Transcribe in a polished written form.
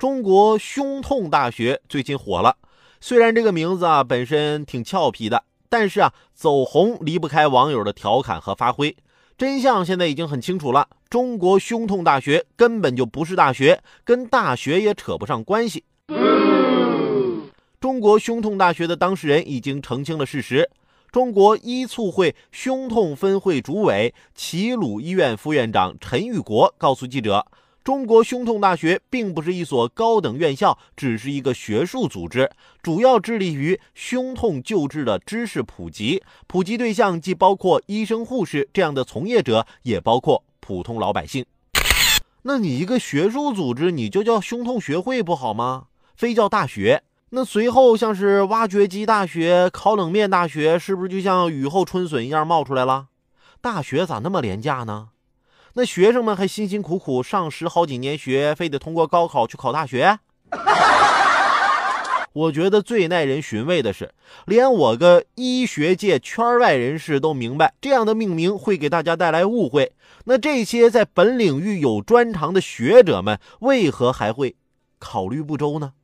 中国胸痛大学最近火了，虽然这个名字本身挺俏皮的，但是走红离不开网友的调侃和发挥。真相现在已经很清楚了，中国胸痛大学根本就不是大学，跟大学也扯不上关系。中国胸痛大学的当事人已经澄清了事实。中国医促会胸痛分会主委、齐鲁医院副院长陈玉国告诉记者，中国胸痛大学并不是一所高等院校，只是一个学术组织，主要致力于胸痛救治的知识普及，普及对象既包括医生、护士这样的从业者，也包括普通老百姓。那你一个学术组织，你就叫胸痛学会不好吗？非叫大学。那随后像是挖掘机大学、烤冷面大学，是不是就像雨后春笋一样冒出来了？大学咋那么廉价呢？那学生们还辛辛苦苦上10好几年学，非得通过高考去考大学？我觉得最耐人寻味的是，连我个医学界圈外人士都明白，这样的命名会给大家带来误会。那这些在本领域有专长的学者们，为何还会考虑不周呢？